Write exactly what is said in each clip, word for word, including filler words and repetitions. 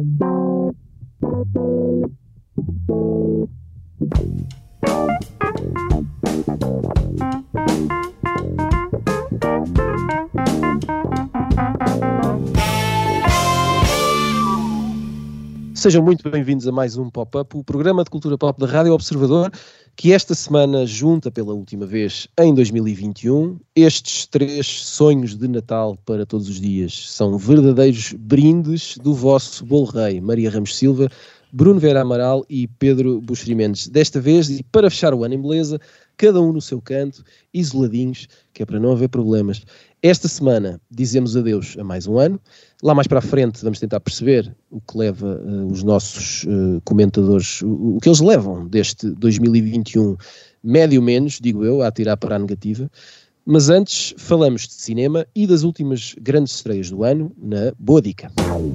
Sejam muito bem-vindos a mais um Pop-Up, o programa de cultura pop da Rádio Observador, que esta semana junta pela última vez em dois mil e vinte e um estes três sonhos de Natal para todos os dias. São verdadeiros brindes do vosso bolo rei, Maria Ramos Silva, Bruno Vera Amaral e Pedro Buxeri Mendes. Desta vez, e para fechar o ano em beleza, cada um no seu canto, isoladinhos, que é para não haver problemas. Esta semana dizemos adeus a mais um ano. Lá mais para a frente vamos tentar perceber o que leva uh, os nossos uh, comentadores, o, o que eles levam deste dois mil e vinte e um, médio menos, digo eu, a atirar para a negativa. Mas antes falamos de cinema e das últimas grandes estreias do ano na Boa Dica.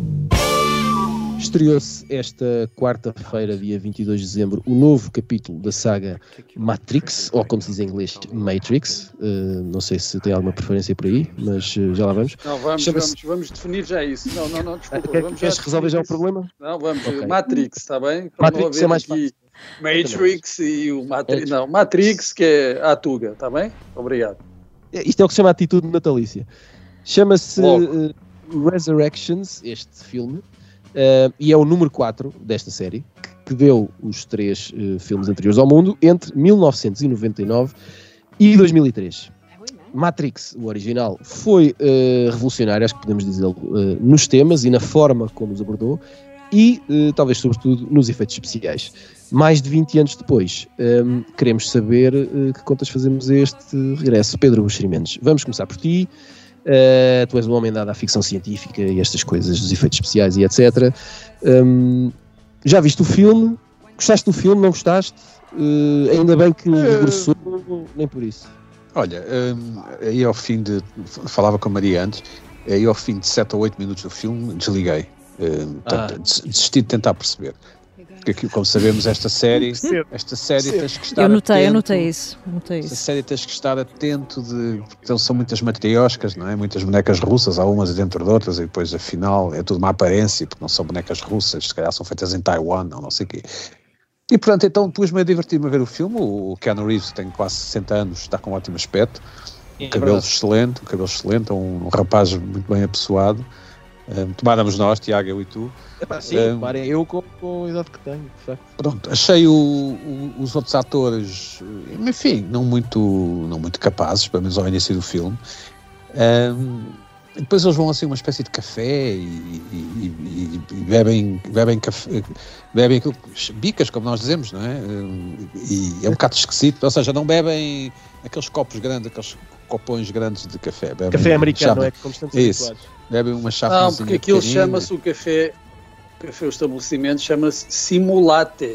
Estreou-se esta quarta-feira, dia vinte e dois de dezembro, o novo capítulo da saga Matrix, ou como se diz em inglês, Matrix. Uh, não sei se tem alguma preferência por aí, mas uh, já lá vamos. Não, vamos, vamos, vamos definir já isso. Não, não, não, desculpa. Quer, vamos queres já resolver já o isso. problema? Não, vamos. Okay. Matrix, está bem? Para Matrix não é mais aqui Matrix e o Matrix. Não, Matrix, que é a Tuga, está bem? Obrigado. Isto é o que se chama atitude natalícia. Chama-se uh, Resurrections, este filme. Uh, e é o número quatro desta série, que deu os três uh, filmes anteriores ao mundo entre mil novecentos e noventa e nove e dois mil e três. Matrix, o original, foi uh, revolucionário, acho que podemos dizer, uh, nos temas e na forma como os abordou e, uh, talvez sobretudo, nos efeitos especiais. Mais de vinte anos depois, um, queremos saber uh, que contas fazemos a este regresso. Pedro Buxeri Mendes, vamos começar por ti. Uh, tu és um homem dado à ficção científica e estas coisas dos efeitos especiais e etcétera. Um, já viste o filme? Gostaste do filme? Não gostaste? Uh, ainda bem que regressou, nem por isso. Olha, um, aí ao fim de... Falava com a Maria antes. Aí ao fim de sete ou oito minutos do filme, desliguei. Um, ah. Desisti de tentar perceber. Porque, como sabemos, esta série, esta série tens que estar eu notei, atento. Eu notei isso. Notei Esta isso. série tens que estar atento de... Então, são muitas matrioscas, não é? Muitas bonecas russas, há umas dentro de outras, e depois, afinal, é tudo uma aparência, porque não são bonecas russas, se calhar são feitas em Taiwan, ou não sei o quê. E, portanto, então, pus-me a divertir-me a ver o filme. O Keanu Reeves tem quase sessenta anos, está com um ótimo aspecto, um É cabelo verdade. excelente, um cabelo excelente, um, um rapaz muito bem apessoado. Um, tomáramos nós, Tiago, eu e tu. Epá, sim, um, tomara eu com, com a idade que tenho, de facto. Pronto, achei o, o, os outros atores, enfim, não muito, não muito capazes, pelo menos ao início do filme. Um, e depois eles vão assim uma espécie de café e, e, e, e bebem, bebem, café, bebem aquilo, bicas, como nós dizemos, não é? E é um bocado esquisito, ou seja, não bebem aqueles copos grandes, aqueles copões grandes de café. Bebem Café americano, chave, não é? Como estamos isso, habituados. bebem uma chávezinha. Não, porque aquilo pequenina. chama-se o café, o café, o estabelecimento chama-se simulate.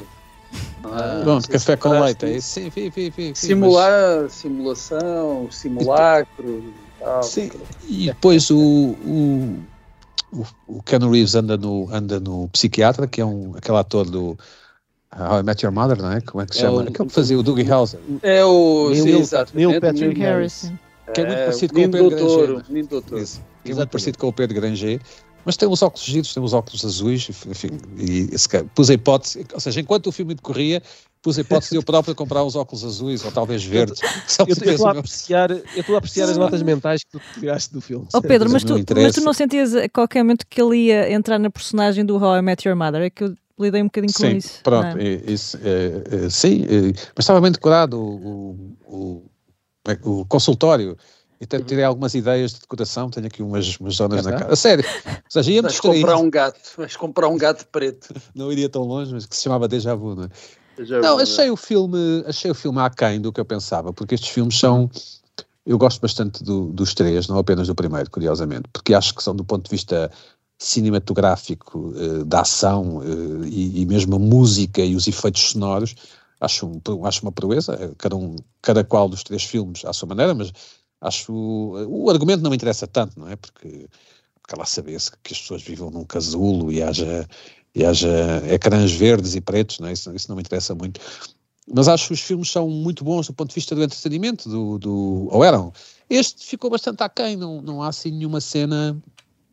Ah, Pronto, café com leite, é isso. isso? Sim, sim, sim, sim, Simular, simulação, simulacro e tal. Sim, e depois o, o, o, o Keanu Reeves anda no, anda no psiquiatra, que é um, aquele ator do How I Met Your Mother, não é? Como é que se É chama? o- Aquele que fazia o Doogie Howser, É o Neil- sim, Neil exatamente, Patrick Neil- Harrison. que é muito é, parecido com o menino Pedro doutor, Granger. menino doutor. Isso, que é muito Exatamente. parecido com o Pedro Granger, mas tem os óculos giros, tem os óculos azuis, enfim, e esse cara, pus a hipótese, ou seja, enquanto o filme decorria, pus a hipótese de eu próprio comprar os óculos azuis, ou talvez verdes. Só Eu para estou a ver apreciar, eu estou a apreciar as notas mentais que tu tiraste do filme. Oh Pedro, mas Não tu, interessa. mas tu não sentias a qualquer momento que ele ia entrar na personagem do How I Met Your Mother? É que eu lidei um bocadinho com Sim, isso. pronto, não é? e- isso, é, é, sim, é, mas estava bem decorado o, o, o, o consultório, e até tirei algumas ideias de decoração, tenho aqui umas, umas zonas Já na está? cara, a sério, ou seja, ia-me Vais comprar distrair, um gato, vais comprar um gato preto. não iria tão longe, mas que se chamava Déjà Vu, não é? Já Não, vou- achei o filme, achei o filme aquém do que eu pensava, porque estes filmes são, eu gosto bastante do, dos três, não apenas do primeiro, curiosamente, porque acho que são do ponto de vista cinematográfico, eh, da ação eh, e, e mesmo a música e os efeitos sonoros, acho, um, acho uma proeza, cada, um, cada qual dos três filmes à sua maneira, mas acho, o argumento não me interessa tanto, não é? Porque, porque lá saber-se que as pessoas vivam num casulo e haja, e haja ecrãs verdes e pretos, não é? Isso, isso não me interessa muito. Mas acho que os filmes são muito bons do ponto de vista do entretenimento, do, do, ou eram. Este ficou bastante aquém, não, não há assim nenhuma cena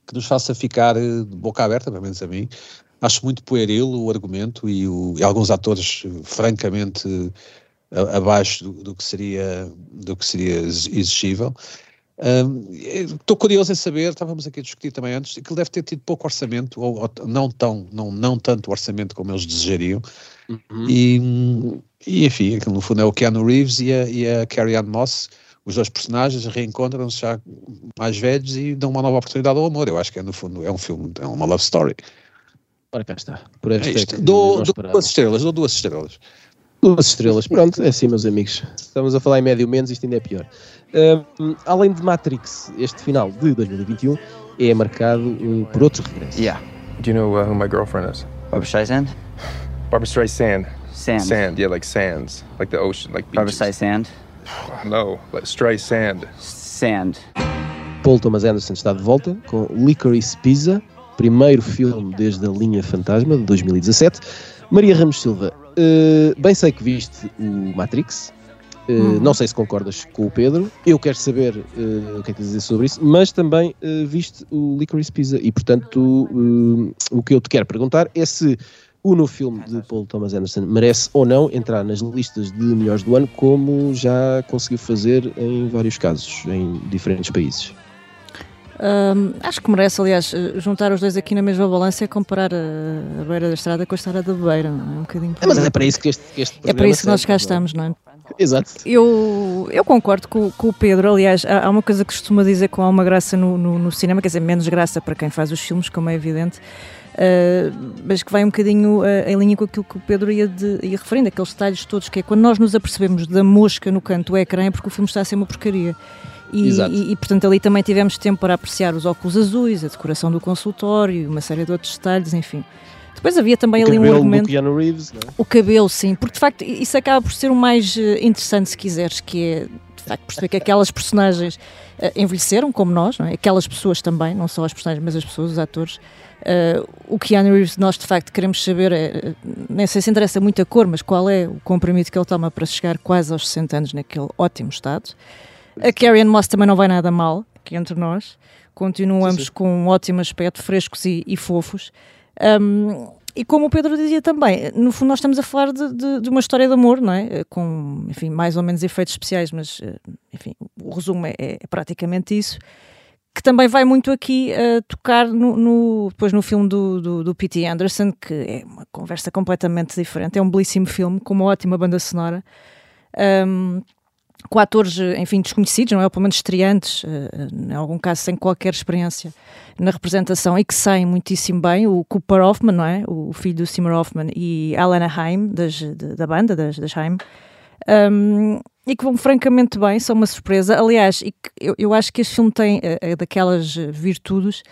que nos faça ficar de boca aberta, pelo menos a mim. Acho muito pueril o argumento e, o, e alguns atores francamente a, abaixo do, do, que seria, do que seria exigível. Estou um, curioso em saber, estávamos aqui a discutir também antes, que ele deve ter tido pouco orçamento, ou, ou não, tão, não, não tanto orçamento como eles desejariam. Uhum. E, e enfim, aquilo no fundo é o Keanu Reeves e a, e a Carrie-Anne Moss. Os dois personagens reencontram-se já mais velhos e dão uma nova oportunidade ao amor. Eu acho que é, no fundo é um filme, é uma love story. Ora, cá está. Por esta é isto. É dou, dou duas estrelas, dou duas estrelas. Duas estrelas, pronto, é assim, meus amigos. Estamos a falar em médio menos, isto ainda é pior. Um, além de Matrix, este final de dois mil e vinte e um é marcado uh, por outros regressos. Yeah. Do you know uh, who my girlfriend is? Barbra Streisand? Barbra Streisand. Sand. Sand, yeah, like sands, like the ocean, like beaches. Barbra Streisand? No, like Streisand. Sand. Paul Thomas Anderson está de volta com Licorice Pizza, primeiro filme desde a linha Fantasma de dois mil e dezassete. Maria Ramos Silva, uh, bem sei que viste o Matrix, uh, hum. não sei se concordas com o Pedro, eu quero saber uh, o que é que tens a dizer sobre isso, mas também uh, viste o Licorice Pizza e, portanto, uh, o que eu te quero perguntar é se o novo filme de Paul Thomas Anderson merece ou não entrar nas listas de melhores do ano, como já conseguiu fazer em vários casos, em diferentes países. Um, acho que merece, aliás, juntar os dois aqui na mesma balança é comparar a, a beira da estrada com a estrada da beira, não é? Um bocadinho é, mas é para isso que este, que este É para isso que nós cá estamos, não é? Exato. Eu, eu concordo com, com o Pedro, aliás, há, há uma coisa que costuma dizer que há uma graça no, no, no cinema, quer dizer, menos graça para quem faz os filmes, como é evidente, uh, mas que vai um bocadinho uh, em linha com aquilo que o Pedro ia, de, ia referindo, aqueles detalhes todos, que é quando nós nos apercebemos da mosca no canto do ecrã é porque o filme está a ser uma porcaria. E, e, e, portanto, ali também tivemos tempo para apreciar os óculos azuis, a decoração do consultório, uma série de outros detalhes, enfim. Depois havia também o ali um argumento... O Keanu Reeves, não é? O cabelo, sim, porque de facto isso acaba por ser o mais interessante, se quiseres, que é de facto perceber que aquelas personagens uh, envelheceram como nós, não é? Aquelas pessoas também, não só as personagens, mas as pessoas, os atores. Uh, o Keanu Reeves, nós de facto queremos saber, é, nem sei se interessa muito a cor, mas qual é o comprimido que ele toma para chegar quase aos sessenta anos naquele ótimo estado. A Carrie-Anne Moss também não vai nada mal, aqui entre nós. Continuamos sim, sim. com um ótimo aspecto, frescos e, e fofos. Um, e como o Pedro dizia também, no fundo nós estamos a falar de, de, de uma história de amor, não é? Com, enfim, mais ou menos efeitos especiais, mas, enfim, o resumo é, é praticamente isso. Que também vai muito aqui uh, tocar no, no, depois no filme do, do, do P T Anderson, que é uma conversa completamente diferente. É um belíssimo filme, com uma ótima banda sonora. Um, com atores, enfim, desconhecidos, não é? Ou pelo menos estreantes, em algum caso sem qualquer experiência na representação e que saem muitíssimo bem, o Cooper Hoffman, não é? O filho do Seymour Hoffman e Alana Haim, das, de, da banda, das, das Haim, um, e que vão francamente bem, são uma surpresa. Aliás, e que eu, eu acho que este filme tem uh, daquelas virtudes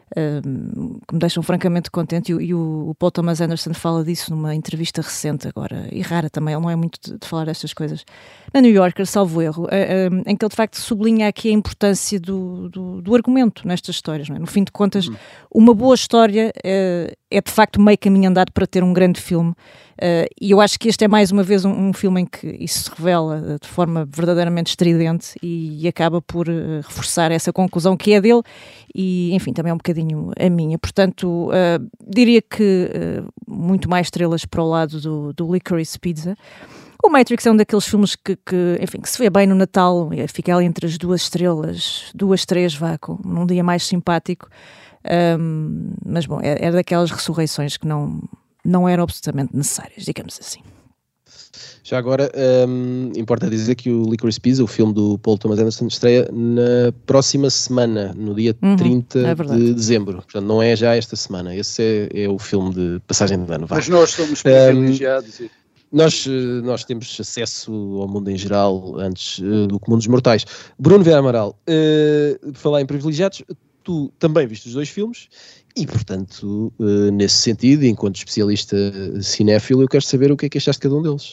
Um, que me deixam francamente contente, e, e o, o Paul Thomas Anderson fala disso numa entrevista recente agora, e rara também, ele não é muito de, de falar destas coisas, na New Yorker, salvo erro, uh, um, em que ele de facto sublinha aqui a importância do, do, do argumento nestas histórias, não é? No fim de contas, uhum. uma boa história uh, é de facto meio caminho andado para ter um grande filme, uh, e eu acho que este é mais uma vez um, um filme em que isso se revela uh, de forma verdadeiramente estridente e, e acaba por uh, reforçar essa conclusão que é dele, e enfim, também é um bocadinho a minha, portanto uh, diria que uh, muito mais estrelas para o lado do, do Licorice Pizza. O Matrix é um daqueles filmes que, que, enfim, que se vê bem no Natal, fica ali entre as duas estrelas, duas, três, vá, com, num dia mais simpático, um, mas bom, é, é daquelas ressurreições que não, não eram absolutamente necessárias, digamos assim. Já agora, um, importa dizer que o Licorice Pizza, o filme do Paul Thomas Anderson, estreia na próxima semana, no dia uhum, trinta é de dezembro. Portanto, não é já esta semana. Esse é, é o filme de passagem de ano. Vai. Mas nós somos privilegiados. Um, nós, nós temos acesso ao mundo em geral antes uh, do comum dos mortais. Bruno Vieira Amaral, uh, por falar em privilegiados, tu também viste os dois filmes e, portanto, uh, nesse sentido, enquanto especialista cinéfilo, eu quero saber o que é que achaste de cada um deles.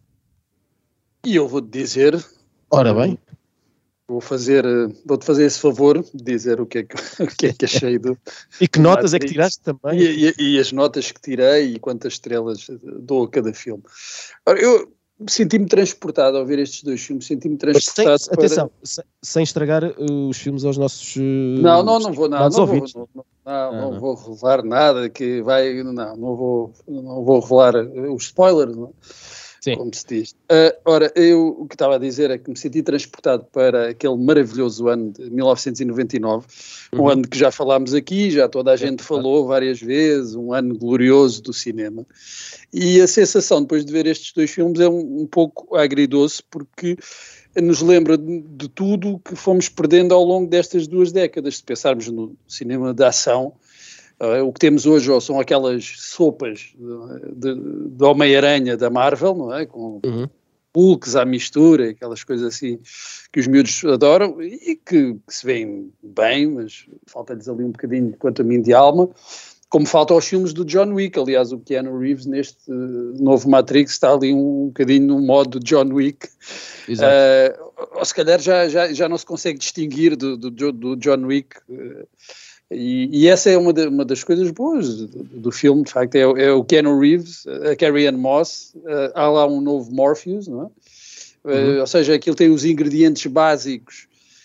E eu vou-te dizer... Ora bem. Vou fazer, vou-te fazer esse favor de dizer o que é que, o que, é que achei do... E que notas é que tiraste também? E, e, e as notas que tirei e quantas estrelas dou a cada filme. Ora, eu, senti-me transportado ao ver estes dois filmes, senti-me transportado Mas sem, para... atenção, sem, sem estragar uh, os filmes aos nossos... Uh, não, não, não vou, não, não, vou, ouvintes. não, não, não, não, não vou revelar nada que vai, não, não vou, não vou revelar os spoilers, não? Sim. Como se diz. Uh, ora, eu o que estava a dizer é que me senti transportado para aquele maravilhoso ano de mil novecentos e noventa e nove, uhum. um ano que já falámos aqui, já toda a gente é, falou várias vezes, um ano glorioso do cinema. E a sensação depois de ver estes dois filmes é um, um pouco agridoce, porque nos lembra de, de tudo que fomos perdendo ao longo destas duas décadas. Se pensarmos no cinema de ação, Uh, o que temos hoje oh, são aquelas sopas de, de, de Homem-Aranha da Marvel, não é? Com uhum. Hulks à mistura, aquelas coisas assim que os miúdos adoram e que, que se veem bem, mas falta-lhes ali um bocadinho, quanto a mim, de alma, como falta aos filmes do John Wick. Aliás, o Keanu Reeves neste uh, novo Matrix está ali um, um bocadinho no modo John Wick. Exato. Uh, ou se calhar já, já, já não se consegue distinguir do, do, do John Wick. Uh, E, e essa é uma, de, uma das coisas boas do, do filme, de facto, é, é o Keanu Reeves, a Carrie-Anne Moss, uh, há lá um novo Morpheus, não é? Uh, uhum. Ou seja, aquilo tem os ingredientes básicos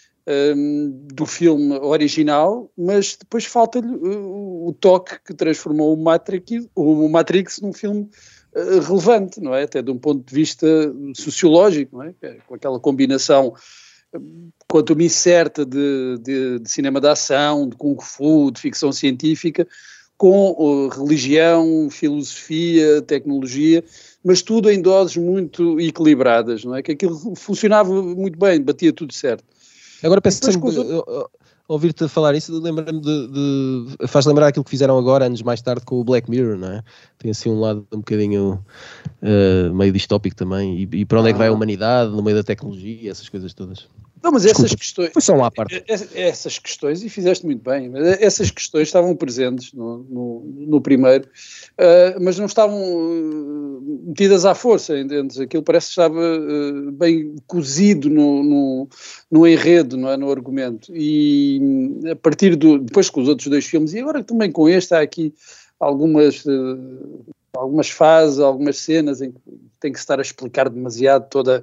um, do filme original, mas depois falta-lhe o, o toque que transformou o Matrix, o Matrix num filme uh, relevante, não é? Até de um ponto de vista sociológico, não é? Com aquela combinação quanto a mim certa de, de, de cinema de ação, de kung fu, de ficção científica, com uh, religião, filosofia, tecnologia, mas tudo em doses muito equilibradas, não é? Que aquilo funcionava muito bem, batia tudo certo. Agora penso-me, ouvir-te falar isso, lembra-me de, de, faz lembrar aquilo que fizeram agora, anos mais tarde, com o Black Mirror, não é? Tem assim um lado um bocadinho uh, meio distópico também, e, e para onde ah. é que vai a humanidade, no meio da tecnologia, essas coisas todas. Não, mas Desculpa, essas questões... Foi só uma à parte. Essas questões, e fizeste muito bem, essas questões estavam presentes no, no, no primeiro, uh, mas não estavam uh, metidas à força, entendes? Aquilo parece que estava uh, bem cozido no, no, no enredo, não é? No argumento. E a partir do... Depois com os outros dois filmes, e agora também com este, há aqui algumas... Uh, algumas fases, algumas cenas em que tem que estar a explicar demasiado toda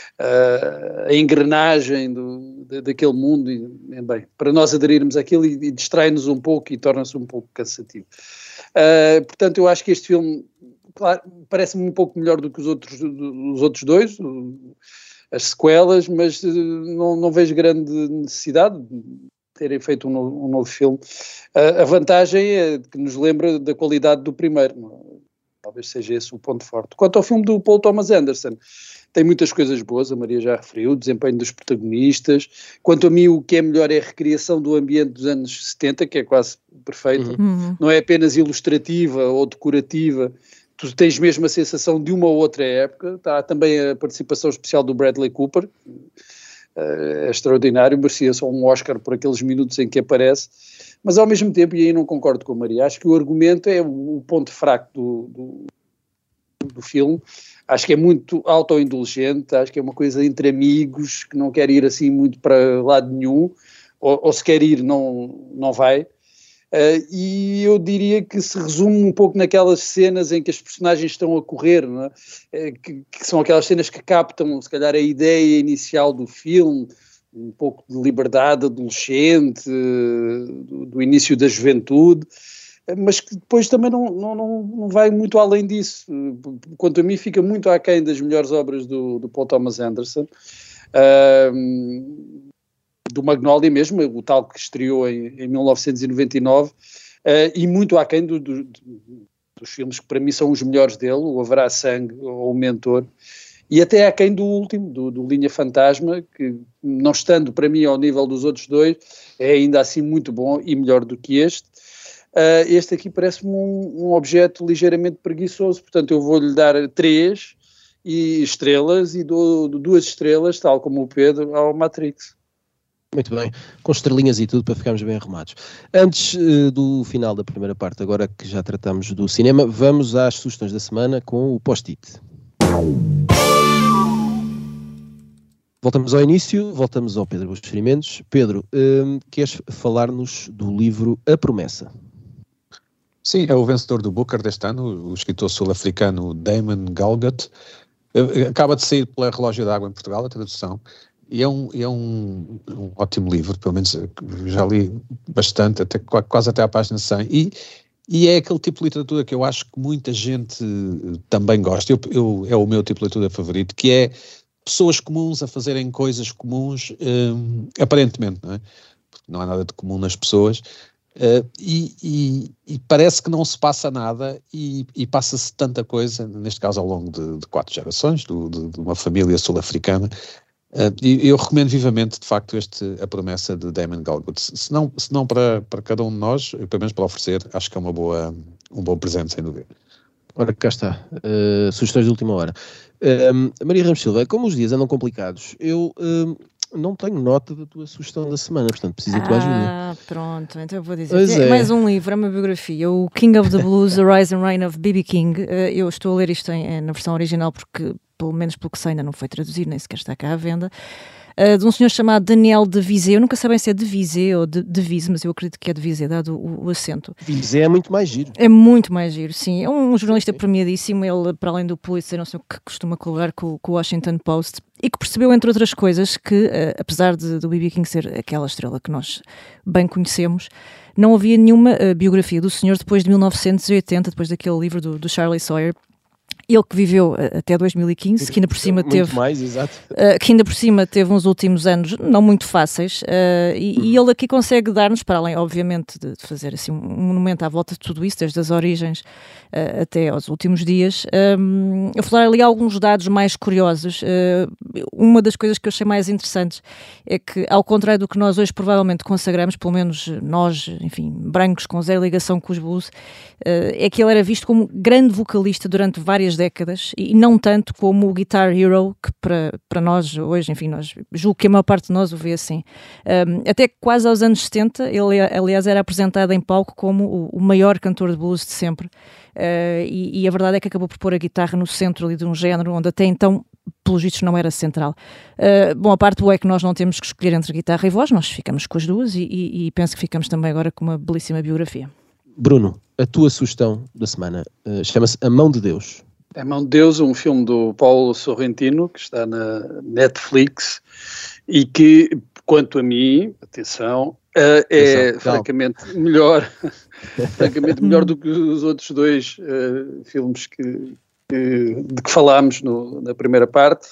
uh, a engrenagem do, de, daquele mundo e, bem, para nós aderirmos àquilo e, e distrai-nos um pouco e torna-se um pouco cansativo. Uh, portanto, eu acho que este filme, claro, parece-me um pouco melhor do que os outros, os outros dois, as sequelas, mas uh, não, não vejo grande necessidade de terem feito um novo, um novo filme. Uh, a vantagem é que nos lembra da qualidade do primeiro, não é? Talvez seja esse o ponto forte. Quanto ao filme do Paul Thomas Anderson, tem muitas coisas boas, a Maria já referiu, o desempenho dos protagonistas. Quanto a mim, o que é melhor é a recriação do ambiente dos anos setenta, que é quase perfeita. Uhum. Não é apenas ilustrativa ou decorativa, tu tens mesmo a sensação de uma outra época. Há também a participação especial do Bradley Cooper, é extraordinário, merecia só um Oscar por aqueles minutos em que aparece. Mas ao mesmo tempo, e aí não concordo com a Maria, acho que o argumento é o ponto fraco do, do, do filme. Acho que é muito autoindulgente, acho que é uma coisa entre amigos, que não quer ir assim muito para lado nenhum, ou, ou se quer ir não, não vai. Uh, e eu diria que se resume um pouco naquelas cenas em que as personagens estão a correr, não é? Uh, que, que são aquelas cenas que captam, se calhar, a ideia inicial do filme, um pouco de liberdade adolescente, do, do início da juventude, mas que depois também não, não, não vai muito além disso. Quanto a mim, fica muito aquém das melhores obras do, do Paul Thomas Anderson, uh, do Magnolia mesmo, o tal que estreou em, em mil novecentos e noventa e nove, uh, e muito aquém do, do, dos filmes que para mim são os melhores dele, o Haverá Sangue ou o Mentor, e até aquém do último, do, do Linha Fantasma, que não estando para mim ao nível dos outros dois, é ainda assim muito bom e melhor do que este. Uh, este aqui parece-me um, um objeto ligeiramente preguiçoso, portanto eu vou-lhe dar três e estrelas e dou duas estrelas, tal como o Pedro, ao Matrix. Muito bem, com estrelinhas e tudo para ficarmos bem arrumados. Antes uh, do final da primeira parte, agora que já tratamos do cinema, vamos às sugestões da semana com o post-it. Voltamos ao início, voltamos ao Pedro Buxo Ferimentos. Pedro, hum, queres falar-nos do livro A Promessa? Sim, é o vencedor do Booker deste ano, o escritor sul-africano Damon Galgut. Acaba de sair pela Relógio d'Água em Portugal, a tradução, e é um, é um, um ótimo livro, pelo menos já li bastante, até, quase até à página cem, e, e é aquele tipo de literatura que eu acho que muita gente também gosta, eu, eu, é o meu tipo de leitura favorito, que é pessoas comuns a fazerem coisas comuns, um, aparentemente, não é? Porque não há nada de comum nas pessoas, uh, e, e, e parece que não se passa nada, e, e passa-se tanta coisa, neste caso ao longo de, de quatro gerações, do, de, de uma família sul-africana. Uh, e eu recomendo vivamente, de facto, este, a promessa de Damon Galgut. Se não, se não para, para cada um de nós, pelo menos para oferecer, acho que é uma boa, um bom presente, sem dúvida. Ora, cá está. Uh, sugestões de última hora. Uh, Maria Ramos Silva, como os dias andam complicados, eu uh, não tenho nota da tua sugestão da semana, portanto preciso da tua ajuda. Ah, pronto, então eu vou dizer. Pois É é. mais um livro, é uma biografia, o King of the Blues, The Rise and Reign of B B King. Uh, eu estou a ler isto em, na versão original porque, pelo menos pelo que sei, ainda não foi traduzido, nem sequer está cá à venda. Uh, de um senhor chamado Daniel de Visé. Eu nunca sei bem se é de Visé ou de, de Vise, mas eu acredito que é de Visé, dado o, o acento. Visé é muito mais giro. É muito mais giro, sim. É um jornalista premiadíssimo, ele, para além do Pulitzer, não sei o que costuma colaborar com, com o Washington Post, e que percebeu, entre outras coisas, que, uh, apesar de, do B B King ser aquela estrela que nós bem conhecemos, não havia nenhuma uh, biografia do senhor depois de mil novecentos e oitenta, depois daquele livro do, do Charlie Sawyer. Ele que viveu até dois mil e quinze, que ainda por cima muito teve mais, exato. Uh, que ainda por cima teve uns últimos anos não muito fáceis, uh, e, e ele aqui consegue dar-nos, para além obviamente de, de fazer assim um monumento à volta de tudo isso, desde as origens uh, até aos últimos dias, um, eu falar ali alguns dados mais curiosos. Uh, uma das coisas que eu achei mais interessantes é que, ao contrário do que nós hoje provavelmente consagramos, pelo menos nós, enfim, brancos com zero ligação com os blues, uh, é que ele era visto como grande vocalista durante várias décadas, e não tanto como o Guitar Hero, que para, para nós hoje, enfim, nós julgo que a maior parte de nós o vê assim. Um, até quase aos anos setenta, ele aliás era apresentado em palco como o, o maior cantor de blues de sempre, uh, e, e a verdade é que acabou por pôr a guitarra no centro ali de um género onde até então, pelos vistos, não era central. Uh, bom, a parte boa é que nós não temos que escolher entre guitarra e voz, nós ficamos com as duas, e, e, e penso que ficamos também agora com uma belíssima biografia. Bruno, a tua sugestão da semana uh, chama-se A Mão de Deus. A Mão de Deus, um filme do Paulo Sorrentino, que está na Netflix, e que, quanto a mim, atenção, uh, é atenção, francamente calma. melhor, francamente melhor do que os outros dois uh, filmes que, que, de que falámos no, na primeira parte.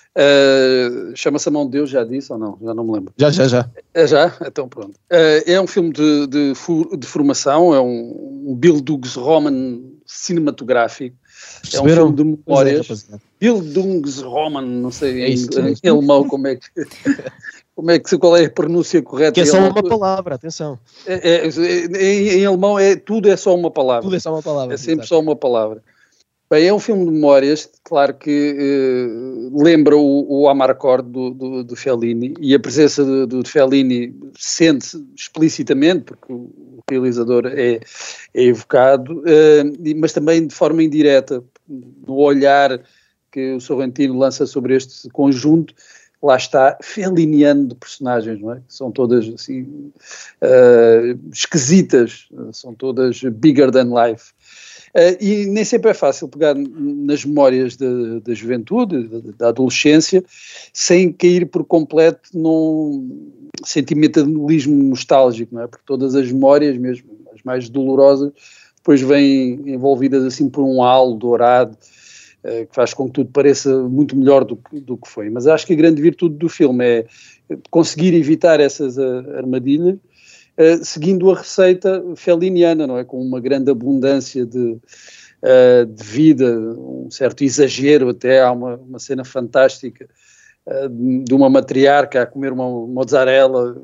Uh, chama-se A Mão de Deus, já disse ou não? Já não me lembro. Já, já, já. É já? Então pronto. Uh, é um filme de, de, de formação, é um, um Bildungsroman cinematográfico. Perceberam? É um filme de memórias. É, Bildungsroman, não sei é em, isso, é em alemão como é que, como é que, qual é a pronúncia correta. que é só em uma palavra, atenção. É, é, em, em alemão é, tudo é só uma palavra. Tudo é só uma palavra. É sempre exato. só uma palavra. Bem, é um filme de memórias, claro que eh, lembra o, o Amarcord do, do, do Fellini, e a presença do, do Fellini sente-se explicitamente, porque o realizador é, é evocado, eh, mas também de forma indireta, no olhar que o Sorrentino lança sobre este conjunto, lá está, feliniano de personagens, não é? São todas assim, uh, esquisitas, são todas bigger than life. Uh, e nem sempre é fácil pegar nas memórias da juventude, da adolescência, sem cair por completo num sentimentalismo nostálgico, não é? Porque todas as memórias, mesmo as mais dolorosas, depois vêm envolvidas assim por um halo dourado, uh, que faz com que tudo pareça muito melhor do que, do que foi. Mas acho que a grande virtude do filme é conseguir evitar essas uh, armadilhas, Uh, seguindo a receita felliniana, não é? Com uma grande abundância de, uh, de vida, um certo exagero até. Há uma, uma cena fantástica uh, de uma matriarca a comer uma mozzarella,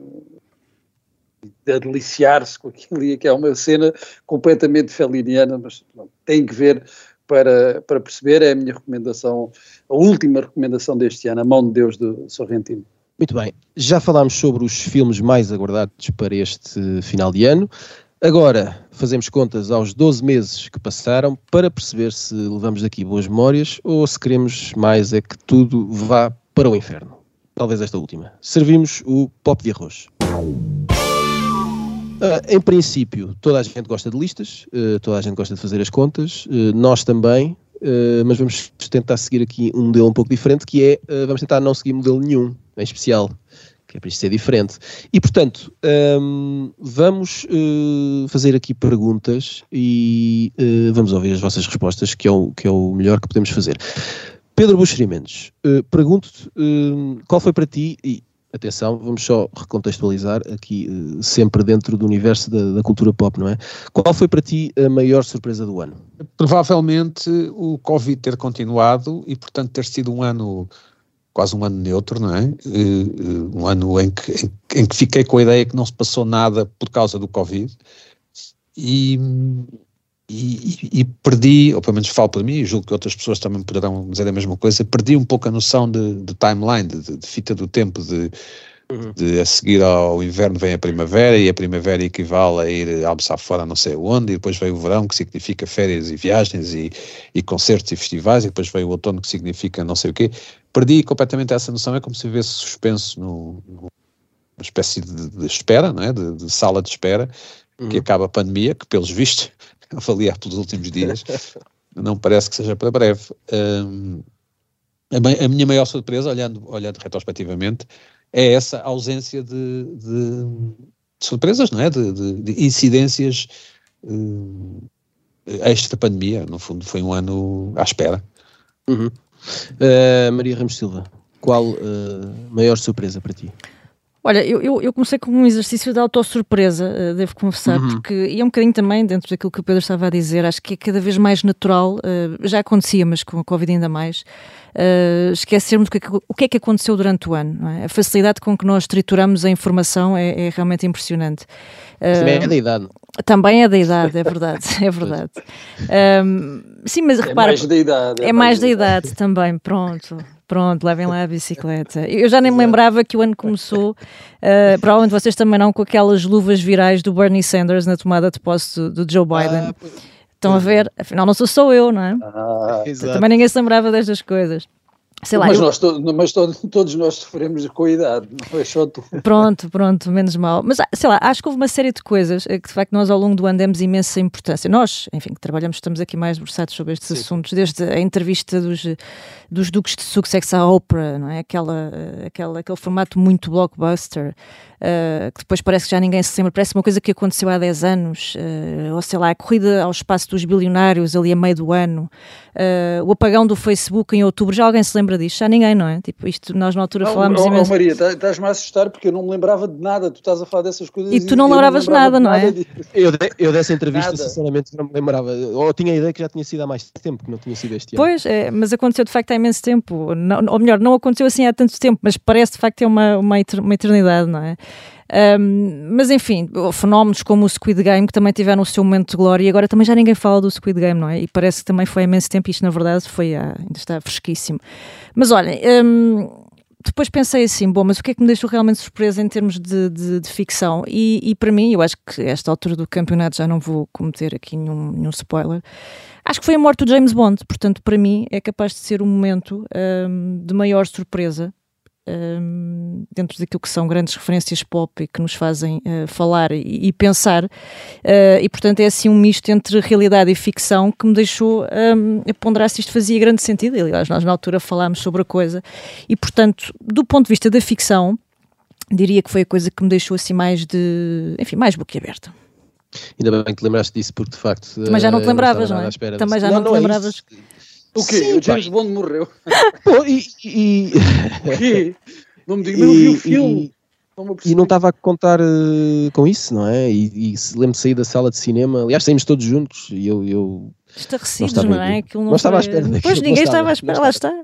a deliciar-se com aquilo, e que é uma cena completamente felliniana, mas não, tem que ver para, para perceber. É a minha recomendação, a última recomendação deste ano, A Mão de Deus, de Sorrentino. Muito bem, já falámos sobre os filmes mais aguardados para este final de ano. Agora fazemos contas aos doze meses que passaram para perceber se levamos daqui boas memórias ou se queremos mais é que tudo vá para o inferno. Talvez esta última. Servimos o pop de arroz. Uh, em princípio, toda a gente gosta de listas, uh, toda a gente gosta de fazer as contas, uh, nós também. uh, mas vamos tentar seguir aqui um modelo um pouco diferente, que é, uh, vamos tentar não seguir modelo nenhum, em especial, que é para isto ser diferente. E, portanto, um, vamos uh, fazer aqui perguntas e uh, vamos ouvir as vossas respostas, que é o, que é o melhor que podemos fazer. Pedro Buxeri Mendes, uh, pergunto-te uh, qual foi para ti, e atenção, vamos só recontextualizar aqui, uh, sempre dentro do universo da, da cultura pop, não é? Qual foi para ti a maior surpresa do ano? Provavelmente o Covid ter continuado e, portanto, ter sido um ano, quase um ano neutro, não é? Uh, uh, um ano em que, em, em que fiquei com a ideia que não se passou nada por causa do Covid e... E, e, e perdi, ou pelo menos falo para mim, e julgo que outras pessoas também poderão dizer a mesma coisa, perdi um pouco a noção de, de timeline, de, de fita do tempo, de, uhum. de a seguir ao inverno vem a primavera, e a primavera equivale a ir almoçar fora não sei onde, e depois veio o verão, que significa férias e viagens, e, e concertos e festivais, e depois veio o outono, que significa não sei o quê. Perdi completamente essa noção, é como se vivesse suspenso no, numa espécie de, de espera, não é? de, de sala de espera, uhum. que acaba a pandemia, que pelos vistos avaliar pelos últimos dias, não parece que seja para breve. Um, a, a minha maior surpresa, olhando, olhando retrospectivamente, é essa ausência de, de, de surpresas, não é? De, de, de incidências um, extra-pandemia. No fundo, foi um ano à espera. Uhum. Uh, Maria Ramos Silva, qual a uh, maior surpresa para ti? Olha, eu, eu, eu comecei com um exercício de autossurpresa, uh, devo confessar, uhum. porque, e é um bocadinho também dentro daquilo que o Pedro estava a dizer, acho que é cada vez mais natural, uh, já acontecia, mas com a Covid ainda mais, uh, esquecermos o que, é que, o que é que aconteceu durante o ano, não é? A facilidade com que nós trituramos a informação é, é realmente impressionante. Uh, também é da idade. Também é da idade, é verdade, é verdade. Um, sim, mas repara... É mais da idade. É, é mais, mais da idade, idade também, pronto. Pronto, levem lá a bicicleta. Eu já nem me lembrava que o ano começou, uh, provavelmente vocês também não, com aquelas luvas virais do Bernie Sanders na tomada de posse do, do Joe Biden. Ah, Estão a ver? Afinal não sou só eu, não é? Ah, também ninguém se lembrava destas coisas. Sei lá, mas eu... nós to- mas to- todos nós sofremos com a idade, não é só tu. Pronto, pronto, menos mal. Mas sei lá, acho que houve uma série de coisas que de facto nós ao longo do ano demos imensa importância. Nós, enfim, que trabalhamos, estamos aqui mais versados sobre estes Sim. assuntos, desde a entrevista dos, dos Duques de Sussex à Oprah, não é? Aquela, aquela, aquele formato muito blockbuster, uh, que depois parece que já ninguém se lembra, parece uma coisa que aconteceu há dez anos, uh, ou sei lá, a corrida ao espaço dos bilionários ali a meio do ano, uh, o apagão do Facebook em outubro, já alguém se lembra disto? Já ninguém, não é? Tipo, isto nós na altura não, falámos oh, imenso. Oh Maria, estás-me a assustar porque eu não me lembrava de nada, tu estás a falar dessas coisas e tu não lembravas nada, não é? Eu, de, eu dessa entrevista nada. Sinceramente não me lembrava, ou tinha a ideia que já tinha sido há mais tempo, que não tinha sido este ano. Pois, é, mas aconteceu de facto há imenso tempo, não, ou melhor, não aconteceu assim há tanto tempo, mas parece de facto ter uma, uma, uma eternidade, não é? Um, mas enfim, fenómenos como o Squid Game que também tiveram o seu momento de glória e agora também já ninguém fala do Squid Game, não é? E parece que também foi há imenso tempo, isto na verdade foi há, ainda está fresquíssimo. Mas olhem, um, depois pensei assim, bom, mas o que é que me deixou realmente surpresa em termos de, de, de ficção? E, e para mim, eu acho que a esta altura do campeonato já não vou cometer aqui nenhum, nenhum spoiler, acho que foi a morte do James Bond, portanto para mim é capaz de ser um momento um, de maior surpresa Um, dentro daquilo que são grandes referências pop e que nos fazem uh, falar e, e pensar uh, e portanto é assim um misto entre realidade e ficção que me deixou um, a ponderar se isto fazia grande sentido. E, aliás, nós na altura falámos sobre a coisa e portanto do ponto de vista da ficção diria que foi a coisa que me deixou assim mais de, enfim, mais boquiaberta. Ainda bem que te lembraste disso porque de facto também já não te lembravas, não é? Também já não, não te lembravas. O quê? Sim, o James pai. Bond morreu. Pô, e, e... O quê? Não me diga, mas eu vi o filme. E não, e não estava a contar uh, com isso, não é? E, e se lembro de sair da sala de cinema, aliás, saímos todos juntos e eu... eu Estarrecidos, não, não é? Aquilo não, não estava à espera daquilo. Pois ninguém estava à espera, lá está.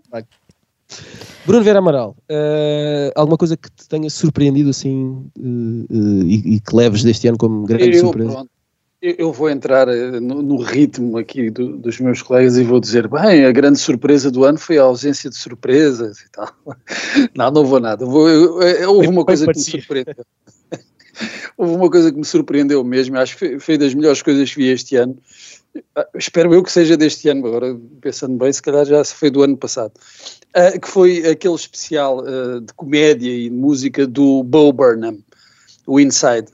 Bruno Vera Amaral, uh, alguma coisa que te tenha surpreendido assim uh, uh, e, e que leves deste ano como grande eu, surpresa? Pronto. Eu vou entrar no, no ritmo aqui do, dos meus colegas e vou dizer, bem, a grande surpresa do ano foi a ausência de surpresas e tal. Não, não vou nada. Vou, eu, eu, houve uma coisa que me surpreendeu. Houve uma coisa que me surpreendeu mesmo, acho que foi, foi das melhores coisas que vi este ano. Espero eu que seja deste ano, agora pensando bem, se calhar já foi do ano passado. Uh, que foi aquele especial uh, de comédia e de música do Bo Burnham, o Inside.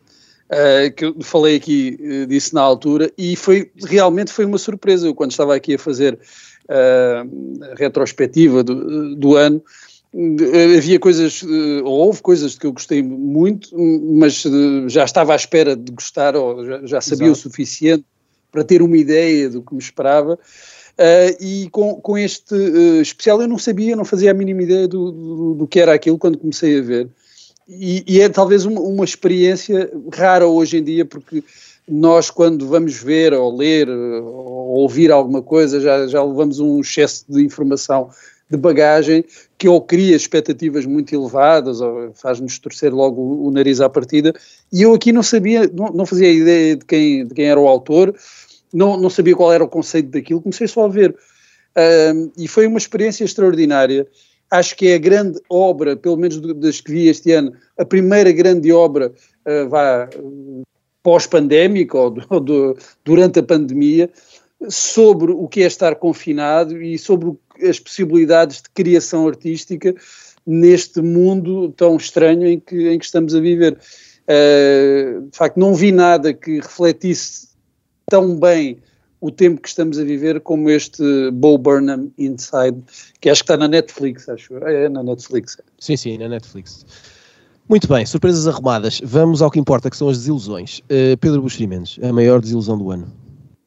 uh, que eu falei aqui uh, disso na altura, e foi, realmente foi uma surpresa. Eu, quando estava aqui a fazer uh, a retrospectiva do, do ano, uh, havia coisas, uh, ou houve coisas que eu gostei muito, mas uh, já estava à espera de gostar, ou já, já sabia Exato. o suficiente para ter uma ideia do que me esperava. Uh, e com, com este uh, especial eu não sabia, não fazia a mínima ideia do, do, do que era aquilo quando comecei a ver. E, e é talvez uma, uma experiência rara hoje em dia, porque nós, quando vamos ver ou ler ou ouvir alguma coisa, já, já levamos um excesso de informação, de bagagem, que ou cria expectativas muito elevadas ou faz-nos torcer logo o, o nariz à partida. E eu aqui não sabia, não, não fazia ideia de quem, de quem era o autor. Não, não sabia qual era o conceito daquilo, comecei só a ver. Uh, e foi uma experiência extraordinária. Acho que é a grande obra, pelo menos das que vi este ano, a primeira grande obra uh, vá, uh, pós-pandémica ou, do, ou do, durante a pandemia, sobre o que é estar confinado e sobre as possibilidades de criação artística neste mundo tão estranho em que, em que estamos a viver. Uh, de facto, não vi nada que refletisse tão bem o tempo que estamos a viver como este Bo Burnham Inside, que acho que está na Netflix, acho. É na Netflix. Sim, sim, na Netflix. Muito bem, surpresas arrumadas. Vamos ao que importa, que são as desilusões. Uh, Pedro Buxeri Mendes, a maior desilusão do ano.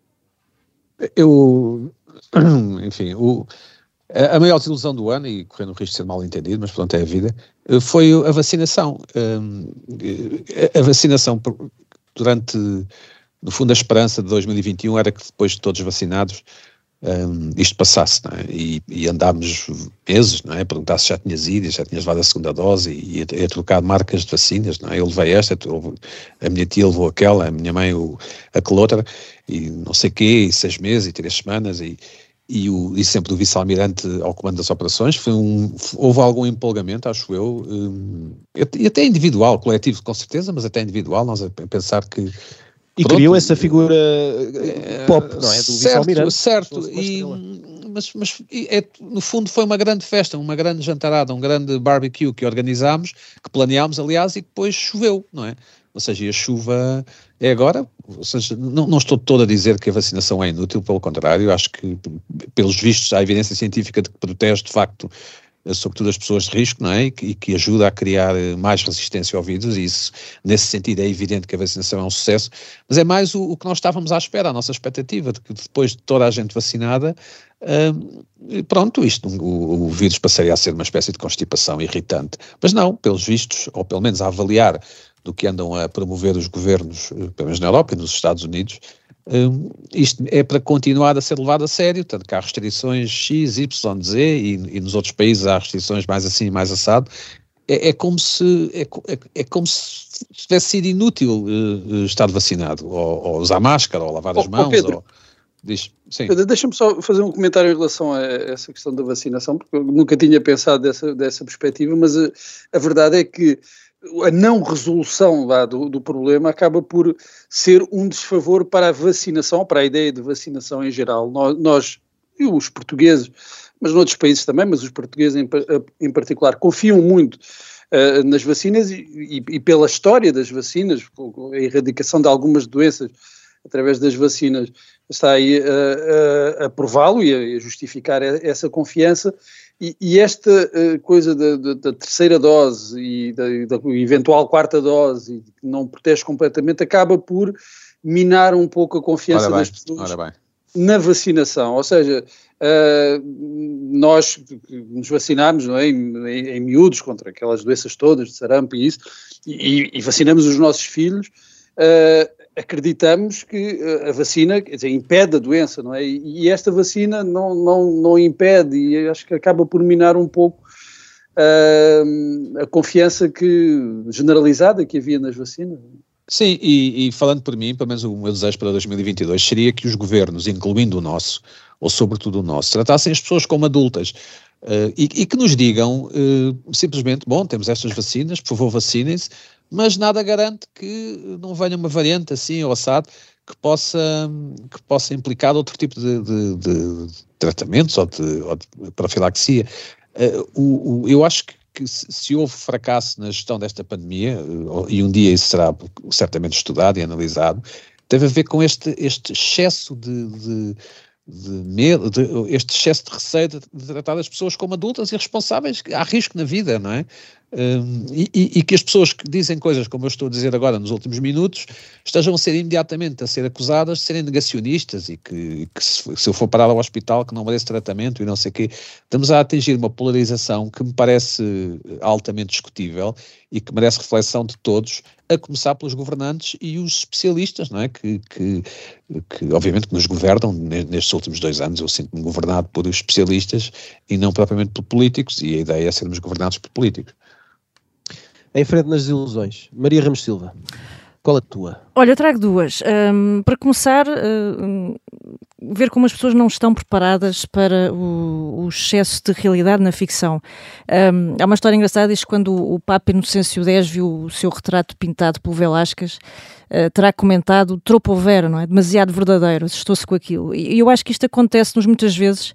Eu, enfim, o, a maior desilusão do ano, e correndo o risco de ser mal entendido, mas pronto, é a vida, foi a vacinação. A vacinação durante... No fundo, a esperança de dois mil e vinte e um era que depois de todos vacinados um, isto passasse, não é? E, e andámos meses, não é? Perguntar se já tinhas ido, já tinhas levado a segunda dose e a, a trocar marcas de vacinas, não é? Eu levei esta, a minha tia levou aquela, a minha mãe o, aquela outra, e não sei o quê, e seis meses, e três semanas, e, e, o, e sempre o vice-almirante ao comando das operações. Foi um, houve algum empolgamento, acho eu, um, e até individual, coletivo com certeza, mas até individual, nós a pensar que E Pronto. criou essa figura uh, pop, não é? Do vice-almirante. Certo, certo. E, mas, mas é, no fundo foi uma grande festa, uma grande jantarada, um grande barbecue que organizámos, que planeámos, aliás, e que depois choveu, não é? Ou seja, e a chuva é agora, ou seja, não, não estou todo a dizer que a vacinação é inútil, pelo contrário, acho que, pelos vistos, há evidência científica de que protege, de facto, sobretudo as pessoas de risco, não é? E que, e que ajuda a criar mais resistência ao vírus, e isso, nesse sentido, é evidente que a vacinação é um sucesso, mas é mais o, o que nós estávamos à espera, a nossa expectativa de que depois de toda a gente vacinada, hum, pronto, isto, o, o vírus passaria a ser uma espécie de constipação irritante. Mas não, pelos vistos, ou pelo menos a avaliar do que andam a promover os governos, pelo menos na Europa e nos Estados Unidos, Um, isto é para continuar a ser levado a sério, tanto que há restrições X, Y, Z e, e nos outros países há restrições mais assim, mais assado. É, é como se é, é, é como se tivesse sido inútil uh, estar vacinado, ou, ou usar máscara, ou lavar as oh, mãos. Oh Pedro, ou, diz, sim. Pedro, deixa-me só fazer um comentário em relação a essa questão da vacinação, porque eu nunca tinha pensado dessa, dessa perspectiva, mas a, a verdade é que a não resolução lá do, do problema acaba por ser um desfavor para a vacinação, para a ideia de vacinação em geral. Nós, nós e os portugueses, mas noutros países também, mas os portugueses em, em particular, confiam muito uh, nas vacinas e, e, e pela história das vacinas, a erradicação de algumas doenças através das vacinas está aí a, a, a prová-lo e a, a justificar essa confiança. E, e esta uh, coisa da, da, da terceira dose e da, da eventual quarta dose, que não protege completamente, acaba por minar um pouco a confiança ora das bem, pessoas ora bem. na vacinação. Ou seja, uh, nós nos vacinámos, não é, em, em, em miúdos contra aquelas doenças todas de sarampo e isso, e, e vacinamos os nossos filhos. Uh, acreditamos que a vacina, quer dizer, impede a doença, não é? E esta vacina não, não, não impede, e acho que acaba por minar um pouco uh, a confiança que, generalizada que havia nas vacinas. Sim, e, e falando por mim, pelo menos o meu desejo para dois mil e vinte e dois seria que os governos, incluindo o nosso, ou sobretudo o nosso, tratassem as pessoas como adultas, uh, e, e que nos digam uh, simplesmente, bom, temos estas vacinas, por favor vacinem-se, mas nada garante que não venha uma variante assim ou assado que possa, que possa implicar outro tipo de, de, de tratamentos ou de, ou de profilaxia. Uh, o, o, eu acho que que se, se houve fracasso na gestão desta pandemia, e um dia isso será certamente estudado e analisado, teve a ver com este, este excesso de, de, de medo, de, este excesso de receio de, de tratar as pessoas como adultas e responsáveis, há risco na vida, não é? Um, e, e que as pessoas que dizem coisas como eu estou a dizer agora nos últimos minutos estejam a ser imediatamente a ser acusadas de serem negacionistas e que, que se, se eu for parar ao hospital que não merece tratamento e não sei o quê. Estamos a atingir uma polarização que me parece altamente discutível e que merece reflexão de todos, a começar pelos governantes e os especialistas, não é? Que, que, que obviamente que nos governam nestes últimos dois anos. Eu sinto-me governado por especialistas e não propriamente por políticos, e a ideia é sermos governados por políticos. Em frente nas desilusões, Maria Ramos Silva, qual a tua? Olha, eu trago duas. Um, para começar, um, ver como as pessoas não estão preparadas para o, o excesso de realidade na ficção. Um, há uma história engraçada, diz que quando o Papa Inocêncio X viu o seu retrato pintado pelo Velázquez, uh, terá comentado tropo vero, não é? Demasiado verdadeiro, assustou-se com aquilo. E eu acho que isto acontece-nos muitas vezes,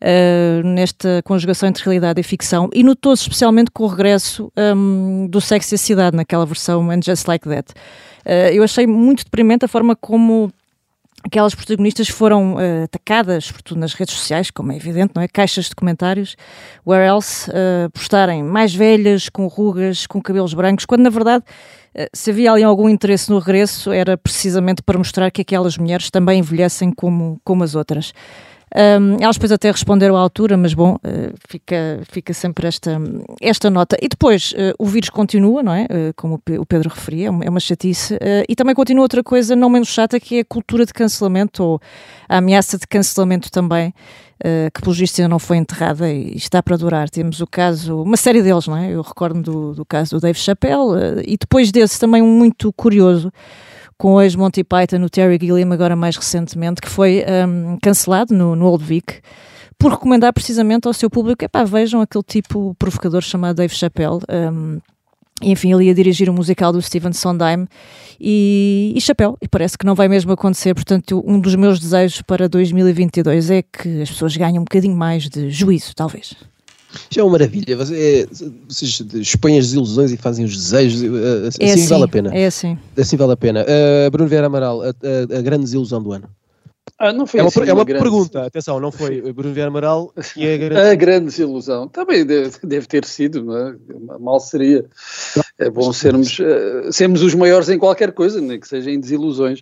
Uh, nesta conjugação entre realidade e ficção, e notou-se especialmente com o regresso um, do Sexo e a Cidade, naquela versão And Just Like That. Uh, eu achei muito deprimente a forma como aquelas protagonistas foram uh, atacadas, sobretudo nas redes sociais, como é evidente, não é? Caixas de comentários, where else, uh, por estarem mais velhas, com rugas, com cabelos brancos, quando na verdade, uh, se havia ali algum interesse no regresso, era precisamente para mostrar que aquelas mulheres também envelhecem como, como as outras. Um, elas depois até responderam à altura, mas bom, uh, fica, fica sempre esta, esta nota. E depois uh, o vírus continua, não é? Uh, como o Pedro referia, é uma chatice. Uh, e também continua outra coisa não menos chata, que é a cultura de cancelamento, ou a ameaça de cancelamento também, uh, que pelo visto ainda não foi enterrada e está para durar. Temos o caso, uma série deles, não é? Eu recordo do, do caso do Dave Chappelle, uh, e depois desse também um muito curioso, com o ex-Monty Python, o Terry Gilliam, agora mais recentemente, que foi um, cancelado no, no Old Vic, por recomendar precisamente ao seu público, epá, vejam aquele tipo provocador chamado Dave Chappelle. Um, enfim, ele ia dirigir um musical do Stephen Sondheim e, e Chappelle, e parece que não vai mesmo acontecer. Portanto, um dos meus desejos para dois mil e vinte e dois é que as pessoas ganhem um bocadinho mais de juízo, talvez. Isto é uma maravilha, vocês, vocês expõem as desilusões e fazem os desejos, assim, é assim vale a pena. É assim. Assim vale a pena. Uh, Bruno Vieira Amaral, a, a, a grande desilusão do ano. Ah, não foi é uma, assim é uma grande... pergunta, atenção, não foi Bruno Vieira Amaral que é a grande... a grande desilusão. Também deve, deve ter sido, não é? Mal seria. É bom sermos, uh, sermos os maiores em qualquer coisa, nem que seja em desilusões.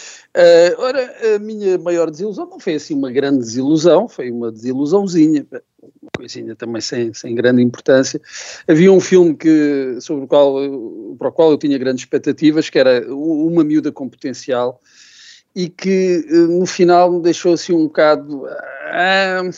Uh, ora, a minha maior desilusão não foi assim uma grande desilusão, foi uma desilusãozinha, uma coisinha também sem, sem grande importância. Havia um filme que, sobre o qual, para o qual eu tinha grandes expectativas, que era Uma Miúda com Potencial, e que no final me deixou assim um bocado... Uh,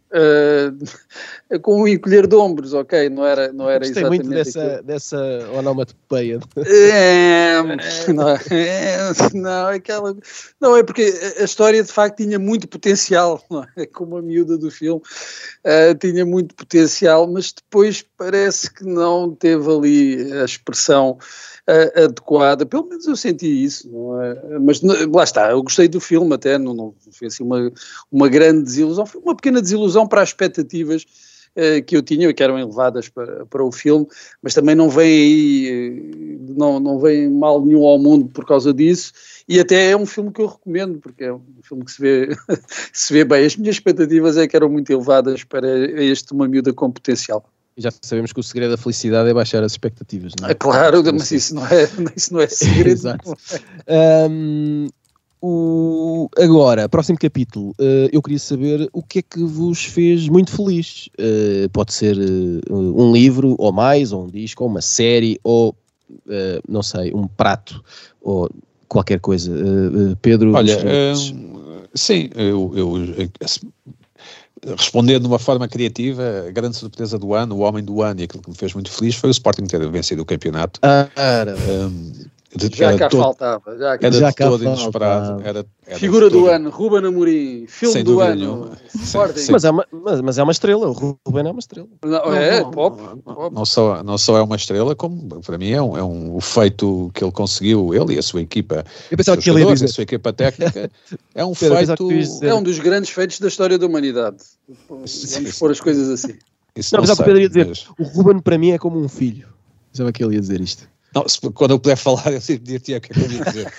Uh, com um encolher de ombros, ok, não era, não era Gostei exatamente muito dessa, dessa onomatopeia. É, não, é, não, aquela, não, é porque a história de facto tinha muito potencial, não é? Como a miúda do filme, uh, tinha muito potencial, mas depois parece que não teve ali a expressão uh, adequada, pelo menos eu senti isso, não é? Mas lá está, eu gostei do filme até, não, não foi assim uma, uma grande desilusão, foi uma pequena desilusão para as expectativas uh, que eu tinha, que eram elevadas para, para o filme, mas também não vem aí, uh, não, não vem mal nenhum ao mundo por causa disso, e até é um filme que eu recomendo, porque é um filme que se vê, se vê bem. As minhas expectativas é que eram muito elevadas para este Uma Miúda com Potencial. E já sabemos que o segredo da felicidade é baixar as expectativas, não é? Ah, claro, mas isso não é, isso não é segredo. Exato. Um, O, agora, próximo capítulo, uh, eu queria saber o que é que vos fez muito feliz. Uh, pode ser uh, um livro, ou mais, ou um disco, ou uma série, ou, uh, não sei, um prato, ou qualquer coisa. Uh, uh, Pedro? Olha, uh, sim, eu, eu, eu respondendo de uma forma criativa, a grande surpresa do ano, o homem do ano, e aquilo que me fez muito feliz foi o Sporting ter vencido o campeonato. Ah, um, De, já cá todo, faltava. Já cá era já de cá todo faltava. inesperado. Era, era Figura do todo, ano, Ruben Amorim. Filme sem do ano. Nenhuma. Sporting. Sim, mas, é uma, mas, mas é uma estrela, o Ruben é uma estrela. Não, é, pop. pop. Não, só, não só é uma estrela, como para mim é um, é um o feito que ele conseguiu, ele e a sua equipa. Eu pensava que ele ia dizer. A sua equipa técnica é um Pedro, feito. que dizer. É um dos grandes feitos da história da humanidade. Vamos Sim, pôr as coisas assim. Isso não, não mas sei, há poderia dizer, mas... o Ruben para mim é como um filho. Pensava que ele ia dizer isto. Não, se, quando eu puder falar, eu sempre dir-te o que é que eu ia dizer.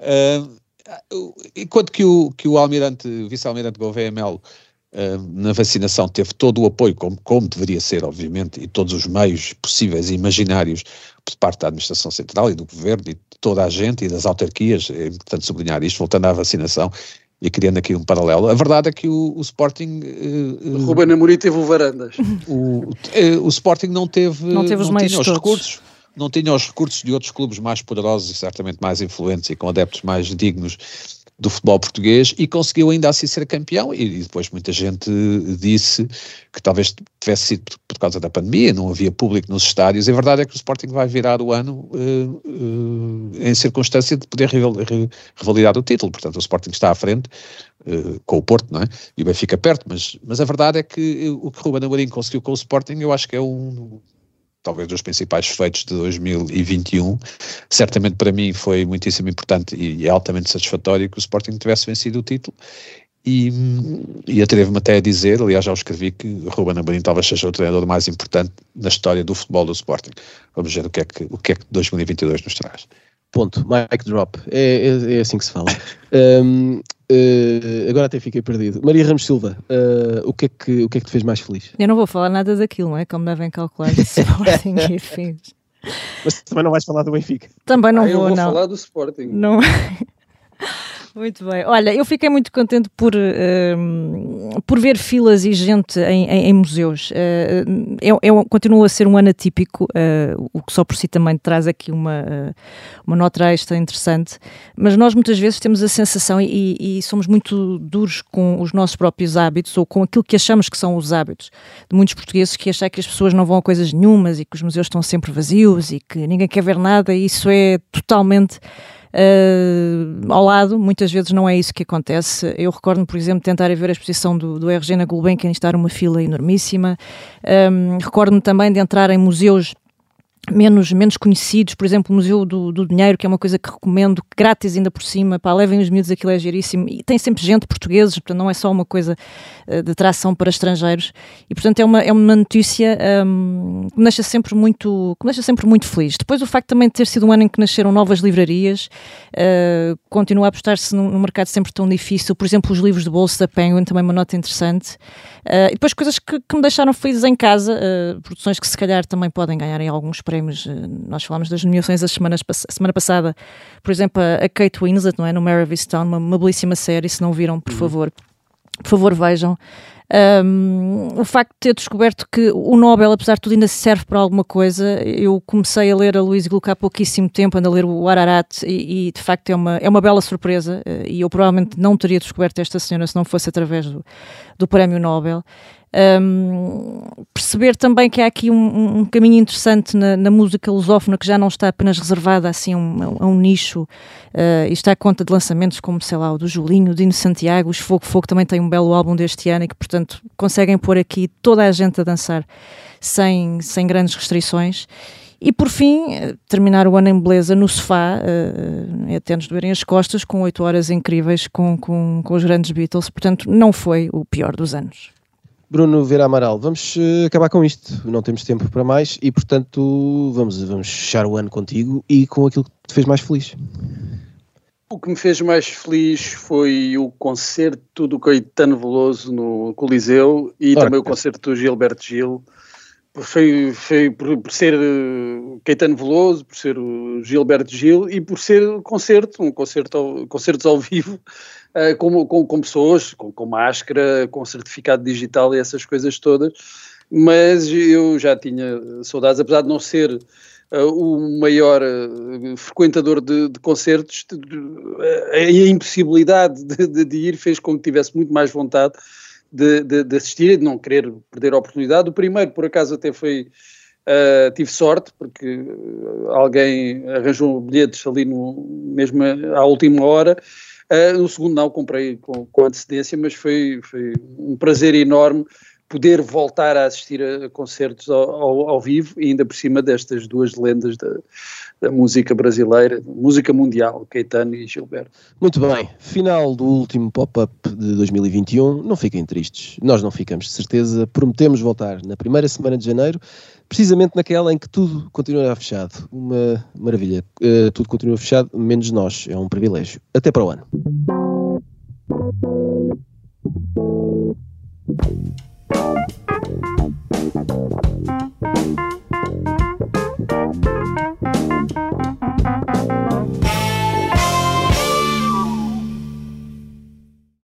uh, enquanto que o, que o almirante, o vice-almirante Gouveia Melo, uh, na vacinação teve todo o apoio, como, como deveria ser, obviamente, e todos os meios possíveis e imaginários por parte da administração central e do governo e de toda a gente e das autarquias, é importante sublinhar isto, voltando à vacinação e criando aqui um paralelo. A verdade é que o, o Sporting... Uh, o Ruben Amorim teve o Varandas. O, uh, o Sporting não teve, não teve os não meios tinha os todos. recursos, não tinha os recursos de outros clubes mais poderosos e certamente mais influentes e com adeptos mais dignos do futebol português, e conseguiu ainda assim ser campeão, e, e depois muita gente disse que talvez tivesse sido por, por causa da pandemia, não havia público nos estádios, e a verdade é que o Sporting vai virar o ano uh, uh, em circunstância de poder revalidar o título. Portanto o Sporting está à frente uh, com o Porto, não é? E o Benfica perto, mas, mas a verdade é que o que Ruben Amorim conseguiu com o Sporting, eu acho que é um... talvez dos principais feitos de dois mil e vinte e um, certamente para mim foi muitíssimo importante e, e altamente satisfatório que o Sporting tivesse vencido o título, e, e atrevo-me até a dizer, aliás já o escrevi, que Ruben Amorim talvez seja o treinador mais importante na história do futebol do Sporting. Vamos ver o que é que, o que, é que dois mil e vinte e dois nos traz. Ponto, mic drop, é, é, é assim que se fala. um, uh, agora até fiquei perdido. Maria Ramos Silva, uh, o, que é que, o que é que te fez mais feliz? Eu não vou falar nada daquilo, não é? Como devem calcular, de Sporting e afins. Mas também não vais falar do Benfica? Também não ah, eu vou, vou não. falar do Sporting. Não. Muito bem. Olha, eu fiquei muito contente por, uh, por ver filas e gente em, em, em museus. Uh, é, é, continua a ser um ano atípico, uh, o que só por si também traz aqui uma, uh, uma nota extra interessante, mas nós muitas vezes temos a sensação e, e somos muito duros com os nossos próprios hábitos ou com aquilo que achamos que são os hábitos de muitos portugueses, que acham que as pessoas não vão a coisas nenhumas e que os museus estão sempre vazios e que ninguém quer ver nada, e isso é totalmente... Uh, ao lado, muitas vezes não é isso que acontece. Eu recordo-me, por exemplo, de tentar ir ver a exposição do, do R G na Gulbenkian e estar uma fila enormíssima. Um, recordo-me também de entrar em museus menos, menos conhecidos, por exemplo o Museu do, do Dinheiro, que é uma coisa que recomendo, grátis ainda por cima, pá, levem os miúdos, aquilo é giríssimo, e tem sempre gente, portugueses, portanto não é só uma coisa uh, de atração para estrangeiros, e portanto é uma, é uma notícia um, que me deixa sempre muito, que me deixa sempre muito feliz. Depois o facto também de ter sido um ano em que nasceram novas livrarias, uh, continua a apostar-se num, num mercado sempre tão difícil, por exemplo os livros de bolso da Penguin, também uma nota interessante, uh, e depois coisas que, que me deixaram felizes em casa, uh, produções que se calhar também podem ganhar em alguns prémios. Nós falámos das nomeações a semana, a semana passada, por exemplo a Kate Winslet, não é? No Mare of Easttown, uma, uma belíssima série, se não viram, por uhum. favor por favor vejam. Um, o facto de ter descoberto que o Nobel, apesar de tudo, ainda serve para alguma coisa. Eu comecei a ler a Louise Gluck há pouquíssimo tempo, ando a ler o Ararat, e, e de facto é uma, é uma bela surpresa, e eu provavelmente não teria descoberto esta senhora se não fosse através do, do Prémio Nobel. Um, perceber também que há aqui um, um caminho interessante na, na música lusófona, que já não está apenas reservada assim a um, a um nicho, uh, e está à conta de lançamentos como, sei lá, o do Julinho, o Dino Santiago, os Fogo Fogo também tem um belo álbum deste ano, e que portanto conseguem pôr aqui toda a gente a dançar sem, sem grandes restrições. E por fim, terminar o ano em beleza no sofá, uh, até nos doerem as costas, com oito horas incríveis com, com, com os grandes Beatles, portanto não foi o pior dos anos. Bruno Vera Amaral, vamos uh, acabar com isto, não temos tempo para mais e portanto vamos, vamos fechar o ano contigo e com aquilo que te fez mais feliz. O que me fez mais feliz foi o concerto do Caetano Veloso no Coliseu e Ora, também o concerto do Gilberto Gil. Foi, foi por, por ser uh, Caetano Veloso, por ser o Gilberto Gil e por ser um concerto, um concerto ao, concertos ao vivo, uh, com, com, com pessoas, com, com máscara, com certificado digital e essas coisas todas, mas eu já tinha saudades, apesar de não ser uh, o maior uh, frequentador de, de concertos, de, de, a impossibilidade de, de, de ir fez com que tivesse muito mais vontade De, de, de assistir e de não querer perder a oportunidade. O primeiro, por acaso, até foi, uh, tive sorte, porque alguém arranjou bilhetes ali no, mesmo à última hora. Uh, no segundo não, comprei com, com antecedência, mas foi, foi um prazer enorme poder voltar a assistir a, a concertos ao, ao, ao vivo, e ainda por cima destas duas lendas da, da música brasileira, música mundial, Caetano e Gilberto. Muito bem, final do último pop-up de dois mil e vinte e um, não fiquem tristes, nós não ficamos de certeza, prometemos voltar na primeira semana de janeiro, precisamente naquela em que tudo continua fechado, uma maravilha, uh, tudo continua fechado, menos nós, é um privilégio. Até para o ano.